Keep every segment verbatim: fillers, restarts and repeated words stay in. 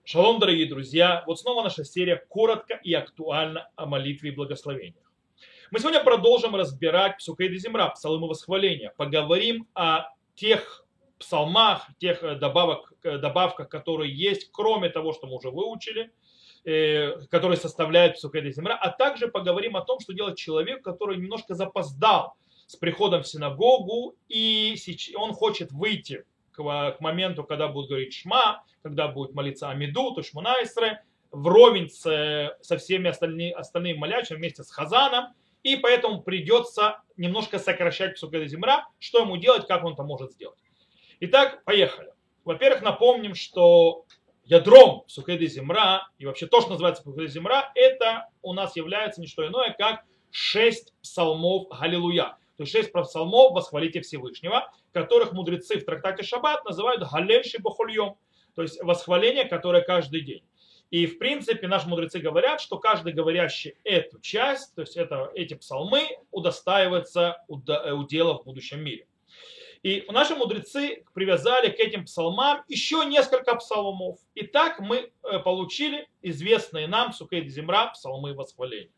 Шалом, дорогие друзья! Вот снова наша серия коротко и актуально о молитве и благословениях. Мы сегодня продолжим разбирать Псукей де Земра, псалмы восхваления. Поговорим о тех псалмах, тех добавок, добавках, которые есть, кроме того, что мы уже выучили, которые составляют Псукей де Земра, а также поговорим о том, что делать человек, который немножко запоздал с приходом в синагогу, и он хочет выйти к моменту, когда будет говорить Шма, когда будет молиться Амиду, то Шмунайсре, вровень с, со всеми остальными, остальными молящими вместе с Хазаном, и поэтому придется немножко сокращать Псукей де Земра, что ему делать, как он это может сделать. Итак, поехали. Во-первых, напомним, что ядром Псукей де Земра, и вообще то, что называется Псукей де Земра, это у нас является не что иное, как шесть псалмов Галилуя. То есть шесть псалмов «Восхвалите Всевышнего», которых мудрецы в трактате Шаббат называют «Галель шибахульем», то есть восхваление, которое каждый день. И в принципе наши мудрецы говорят, что каждый говорящий эту часть, то есть это, эти псалмы, удостаивается удела в будущем мире. И наши мудрецы привязали к этим псалмам еще несколько псалмов. И так мы получили известные нам Псукей де Земра псалмы восхваления.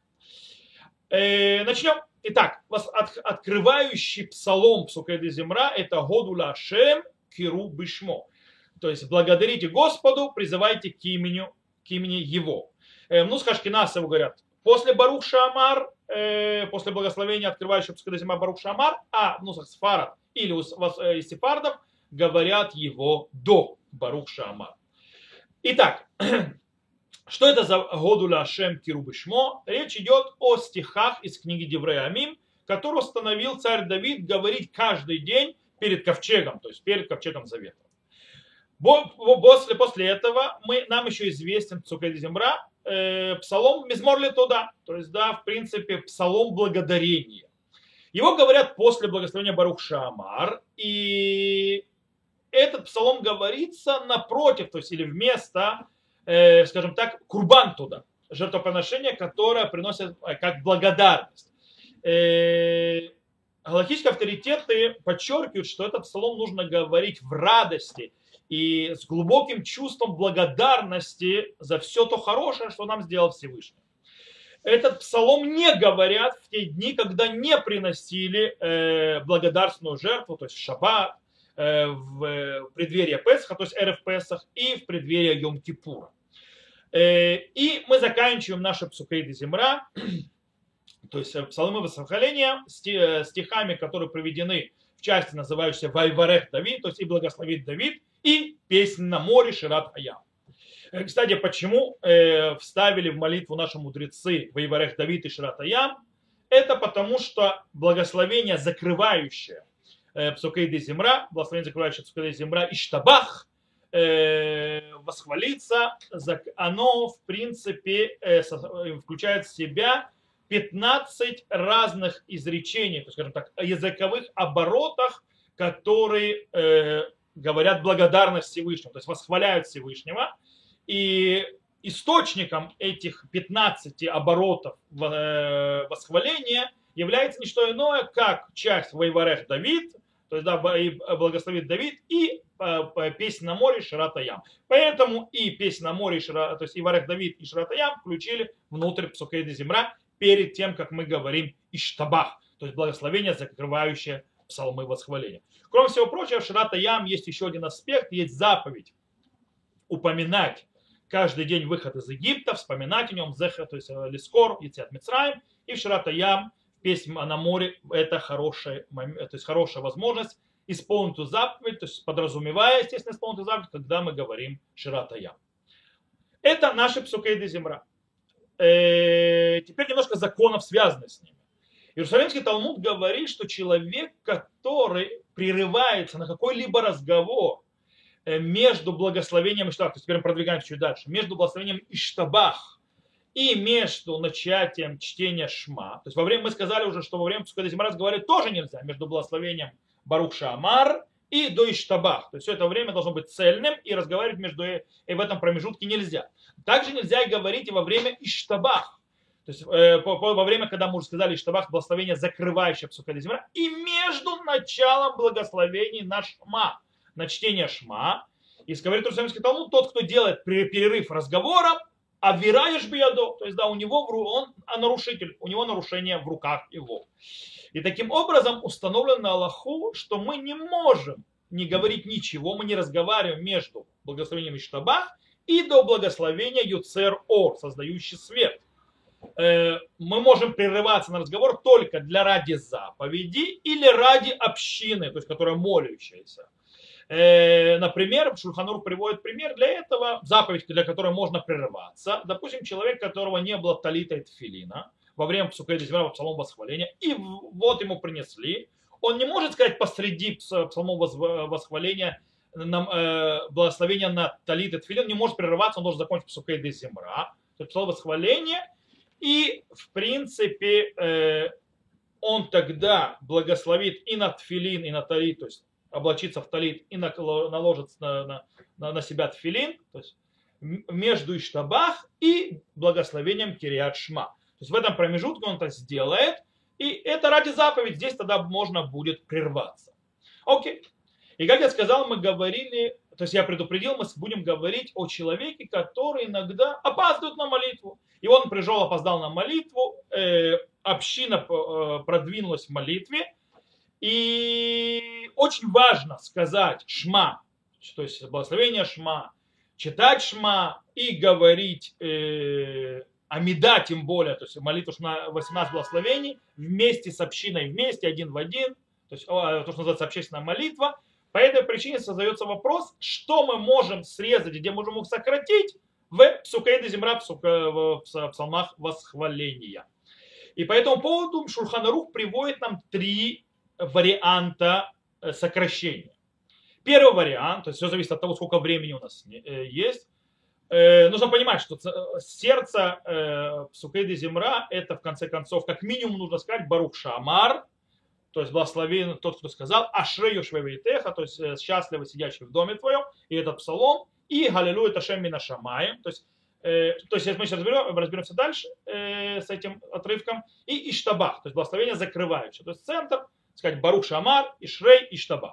Начнем. Итак, открывающий псалом Псукей де Земра это «Году лашем киру бишмо». То есть благодарите Господу, призывайте к имени, к имени Его. Ну, с Ашкеназов говорят, после Барух Шаамар, после благословения открывающего Псукей де Земра Барух Шаамар, а ну, Сфарад или из сефардов говорят его до Барух Шаамар. Итак, что это за «Году лашем киру бишмо»? Речь идет о стихах из книги Деврей Амим, который установил царь Давид говорить каждый день перед ковчегом, то есть перед ковчегом завета. После, после этого мы, нам еще известен Псукей де Земра, э, псалом Мизмор летуда, то есть, да, в принципе, псалом благодарения. Его говорят после благословения Барух Шаамар, и этот псалом говорится напротив, то есть или вместо, э, скажем так, курбан туда, жертвоприношение, которое приносит э, как благодарность. Э, галахические авторитеты подчеркивают, что этот псалом нужно говорить в радости и с глубоким чувством благодарности за все то хорошее, что нам сделал Всевышний. Этот псалом не говорят в те дни, когда не приносили э, благодарственную жертву, то есть в шаббат, э, в преддверие Песха, то есть эрев Песах, и в преддверие Йом-Кипура. Э, и мы заканчиваем наше Псукей де Земра, то есть псалмы восхваления, стихами, которые приведены в части, называющейся «Вайварех Давид», то есть «И благословит Давид», и «Песнь на море Шират Хаям». Кстати, почему э, вставили в молитву наши мудрецы «Вайварех Давид» и «Шират Хаям»? Это потому, что благословение, закрывающее э, Псукей де Земра, благословение, закрывающее Псукей де Земра, Иштабах, э, восхвалиться, оно, в принципе, э, включает в себя пятнадцать разных изречений, скажем так, языковых оборотах, которые э, говорят благодарность Всевышнему, то есть восхваляют Всевышнего. И источником этих пятнадцати оборотов э, восхваления является не что иное, как часть «Вайварех Давид», то есть да, и благословит Давид, и э, «Песнь на море» Шират Хаям. Поэтому и «Песнь на море», то есть и «Вайварех Давид» и «Шират Хаям» включили внутрь Псукей де Земра перед тем, как мы говорим «Иштабах», то есть благословение, закрывающее псалмы восхваления. Кроме всего прочего, в Шират Хаям есть еще один аспект, есть заповедь упоминать каждый день выход из Египта, вспоминать о нем, зеха, то есть лискор, яцят Мицраим, и в Шират Хаям, песнь на море, это хорошая, то есть хорошая возможность исполнить эту заповедь, то есть подразумевая, естественно, исполнить эту заповедь, когда мы говорим Шират Хаям. Это наши Псукей де Земра. Теперь немножко законов, связанных с ними. Иерусалимский Талмуд говорит, что человек, который прерывается на какой-либо разговор между благословением Иштабах, то есть теперь мы продвигаемся чуть дальше, между благословением Иштабах и между начатием чтения Шма, то есть во время, мы сказали уже, что во время Псукей де Земра разговаривать тоже нельзя между благословением Барух Шаамар и до Иштабах, то есть все это время должно быть цельным, и разговаривать между и в этом промежутке нельзя. Также нельзя и говорить и во время Иштабах, то есть э, по, по, во время, когда мы уже сказали Иштабах, благословение, закрывающее Псукей де Земра, и между началом благословений на Шма, на чтение Шма. И говорит Иерусалимский Талмуд, тот, кто делает перерыв разговором, а вираешь биядо, то есть да, у него он а нарушитель, у него нарушение в руках его. И таким образом установлено на Аллаху, что мы не можем не говорить ничего, мы не разговариваем между благословением Иштабах и до благословения Юцер Ор, создающий свет. Мы можем прерываться на разговор только для ради заповеди или ради общины, то есть которая молящаяся. Например, Шульхан Арух приводит пример для этого, заповедь, для которой можно прерываться. Допустим, человек, которого не было талита и тфилина во время Псукей де-Зимра, псалом восхваления, и вот ему принесли, он не может сказать посреди псалмом восхваления благословения на талит и тфилин, не может прерываться, он должен закончить Псукей де-Зимра, то есть псалом восхваления, и в принципе он тогда благословит и на тфилин, и на талит, то есть облачиться в талит и наложит на, на, на себя тфилин, то есть между Иштабах и благословением Кириат Шма. То есть в этом промежутке он это сделает, и это ради заповеди, здесь тогда можно будет прерваться. Окей. И как я сказал, мы говорили, то есть я предупредил, мы будем говорить о человеке, который иногда опаздывает на молитву. И он пришел, опоздал на молитву, э, община э, продвинулась в молитве, и очень важно сказать шма, то есть благословение шма, читать шма и говорить э, амида, тем более, то есть молитву шма восемнадцать благословений вместе с общиной, вместе, один в один, то есть то, что называется общественная молитва. По этой причине создается вопрос, что мы можем срезать, где можем их сократить в Псукей де-Зимра, в псалмах восхваления. И по этому поводу Шульхан Арух приводит нам три варианта сокращения. Первый вариант, то есть все зависит от того, сколько времени у нас есть. Нужно понимать, что сердце Псукей де-Зимра это в конце концов, как минимум нужно сказать Барух Шамар, то есть благословен тот, кто сказал Ашрей Йошвей Вейтеха, то есть счастливый сидящий в доме твоем, и этот псалом, и Галилуя Ташем Мина Шамаем, то есть Э, то есть, если мы сейчас разберем, разберемся дальше э, с этим отрывком, и Иштабах, то есть благословение закрывающее, то есть центр, сказать Барух Шамар, Ишрей, Иштабах.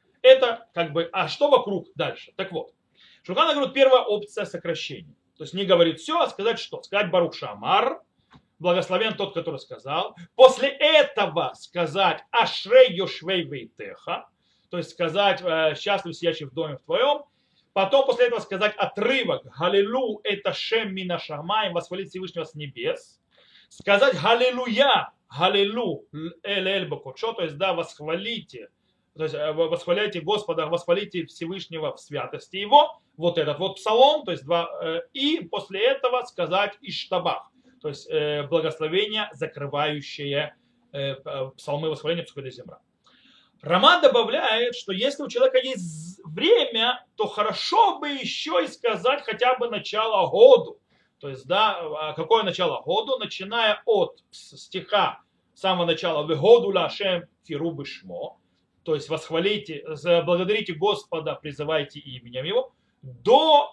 Это как бы, а что вокруг дальше? Так вот, Шульхан говорит, первая опция сокращения, то есть не говорит все, а сказать что? Сказать Барух Шамар, благословен тот, который сказал, после этого сказать Ашрей Йошвей Вейтеха, то есть сказать э, счастлив сидящий в доме в твоем. Потом после этого сказать отрывок «Галилу это шем мина шамаим», восхвалить Всевышнего с небес. Сказать «Галилуя», «Галилу эль эль бакочо», то есть да, восхвалите, то есть восхваляйте Господа, восхвалите Всевышнего в святости Его. Вот этот вот псалом, то есть два, и после этого сказать «Иштабах», то есть благословение, закрывающее псалмы восхваления Псукей де-Зимра. Раман добавляет, что если у человека есть время, то хорошо бы еще и сказать хотя бы начало году. То есть, да, какое начало году? Начиная от стиха с самого начала «Вегоду лашем кирубы шмо», то есть восхвалите, благодарите Господа, призывайте именем Его, до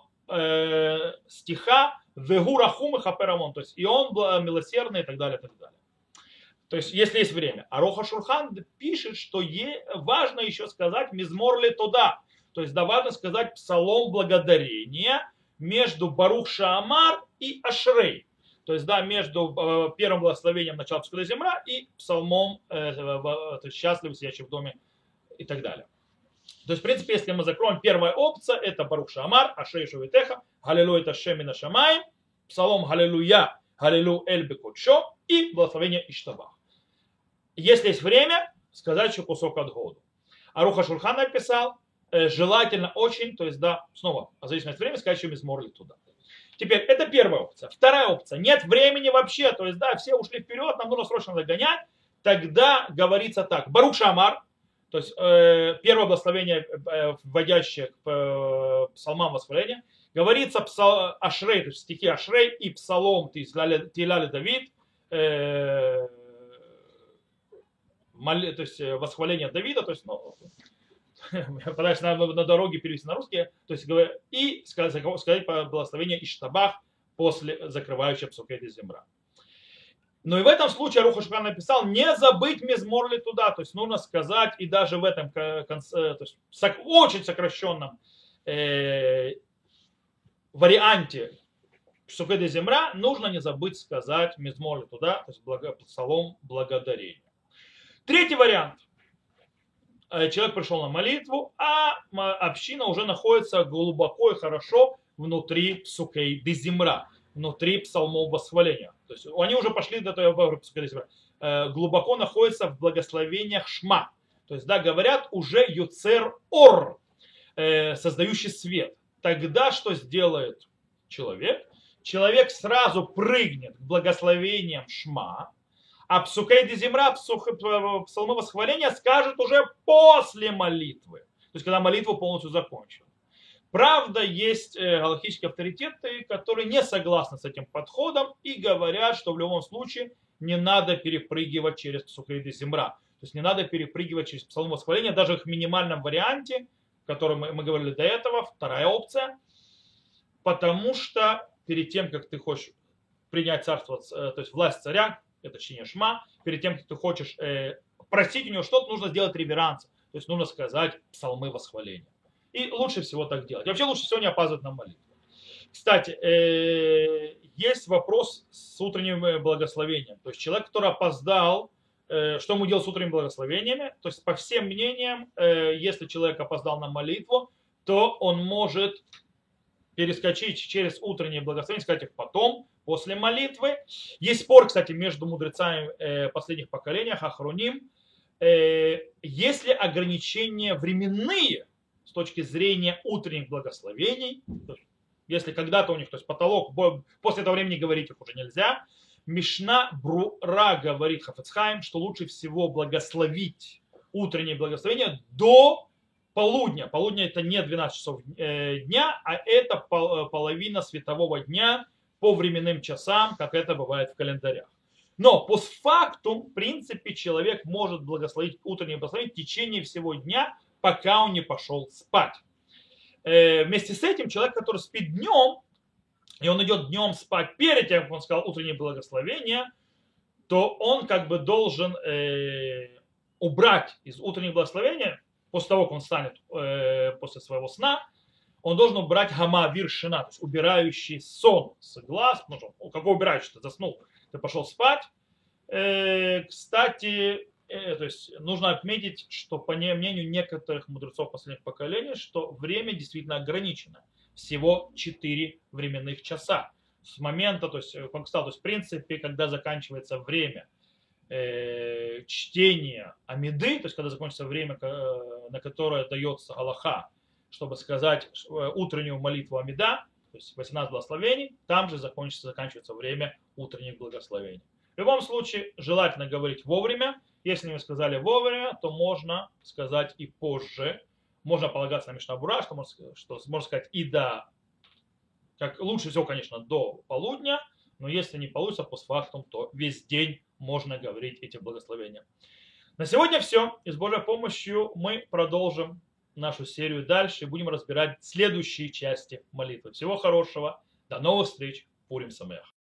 э, стиха «Вегу рахум и хаперамон», то есть и он милосердный и так далее, и так далее. То есть, если есть время. А Роха Шульхан пишет, что важно еще сказать «мизмор ли туда». То есть, да, важно сказать псалом благодарения между Барух Шаамар и Ашрей. То есть, да, между первым благословением начала Псукей де-Зимра и псалмом э, «счастлив, сидящий в доме» и так далее. То есть, в принципе, если мы закроем, первая опция это Барух Шаамар, Ашрей Шувитеха, Галилуя Ташем Мина Шамаим, псалом Галилуя, Галилу Эль Бекочо и благословение Иштабах. Если есть время, сказать еще кусок от года. А Руха Шульхан написал, э, желательно очень, то есть, да, снова, в зависимости от времени, сказать еще мизмор ли туда. Теперь, это первая опция. Вторая опция, нет времени вообще, то есть, да, все ушли вперед, нам нужно срочно догонять. Тогда говорится так, Барух Шамар, то есть, э, первое благословение, э, вводящее к э, псалмам восхваления, говорится псал, Ашрей, то есть стихи Ашрей и псалом Тиляли Давид, э, то есть восхваление Давида, то есть, ну, пытаюсь на, на дороге перевести на русский, то есть, и сказать, сказать благословение Иштабах после закрывающего Псукей де-Зимра. Но и в этом случае Руха Шульхан написал, не забыть мизмор ли туда, то есть нужно сказать, и даже в этом конце, то есть, очень сокращенном э, варианте Псукей де Земра нужно не забыть сказать мизмор туда, то есть благо, псалом благодарения. Третий вариант. Человек пришел на молитву, а община уже находится глубоко и хорошо внутри Псукей де Земра, внутри псалмов восхваления. То есть они уже пошли до того, Псукей де Земра, глубоко находятся в благословениях Шма. То есть, да, говорят уже Юцер Ор, создающий свет. Тогда что сделает человек? Человек сразу прыгнет к благословениям Шма, а Псукей де Земра, псалмы восхваления, скажет уже после молитвы. То есть, когда молитва полностью закончена. Правда, есть галахические авторитеты, которые не согласны с этим подходом и говорят, что в любом случае не надо перепрыгивать через Псукей де Земра. То есть не надо перепрыгивать через псалмы восхваления, даже в их минимальном варианте, о котором мы, мы говорили до этого, вторая опция. Потому что перед тем, как ты хочешь принять царство, то есть власть царя, это чтение Шма, перед тем, как ты хочешь э, просить у него что-то, нужно сделать реверанс. То есть нужно сказать псалмы восхваления. И лучше всего так делать. И вообще лучше всего не опаздывать на молитву. Кстати, э, есть вопрос с утренним благословением. То есть человек, который опоздал, э, что ему делать с утренними благословениями? То есть по всем мнениям, э, если человек опоздал на молитву, то он может перескочить через утренние благословения, сказать их потом, после молитвы. Есть спор, кстати, между мудрецами э, последних поколений, Ахроним. Э, есть ли ограничения временные с точки зрения утренних благословений? Если когда-то у них, то есть потолок, после этого времени говорить их уже нельзя. Мишна Брура говорит Хафец Хаим, что лучше всего благословить утреннее благословение до полудня. Полудня это не двенадцать часов дня, а это половина светового дня по временным часам, как это бывает в календарях. Но постфактум, в принципе, человек может благословить утреннее благословение в течение всего дня, пока он не пошел спать. Вместе с этим человек, который спит днем, и он идет днем спать перед тем, как он сказал утреннее благословение, то он как бы должен э, убрать из утреннего благословения, после того, как он встанет э, после своего сна, он должен убрать гамавир шина, то есть убирающий сон с глаз. Ну, какой убирающий? Ты заснул, ты пошел спать. Э, кстати, э, то есть нужно отметить, что по мнению некоторых мудрецов последних поколений, что время действительно ограничено. Всего четыре временных часа. С момента, то есть, как сказал, то есть в принципе, когда заканчивается время э, чтения Амиды, то есть когда закончится время, э, на которое дается Галаха, чтобы сказать утреннюю молитву Амида, то есть восемнадцать благословений, там же закончится, заканчивается время утренних благословений. В любом случае, желательно говорить вовремя. Если не сказали вовремя, то можно сказать и позже. Можно полагаться на Мишна Бура, что можно, что можно сказать и до, как лучше всего, конечно, до полудня, но если не получится постфактум, то весь день можно говорить эти благословения. На сегодня все. И с Божьей помощью мы продолжим нашу серию дальше и будем разбирать следующие части молитвы. Всего хорошего. До новых встреч. Пурим Самеах.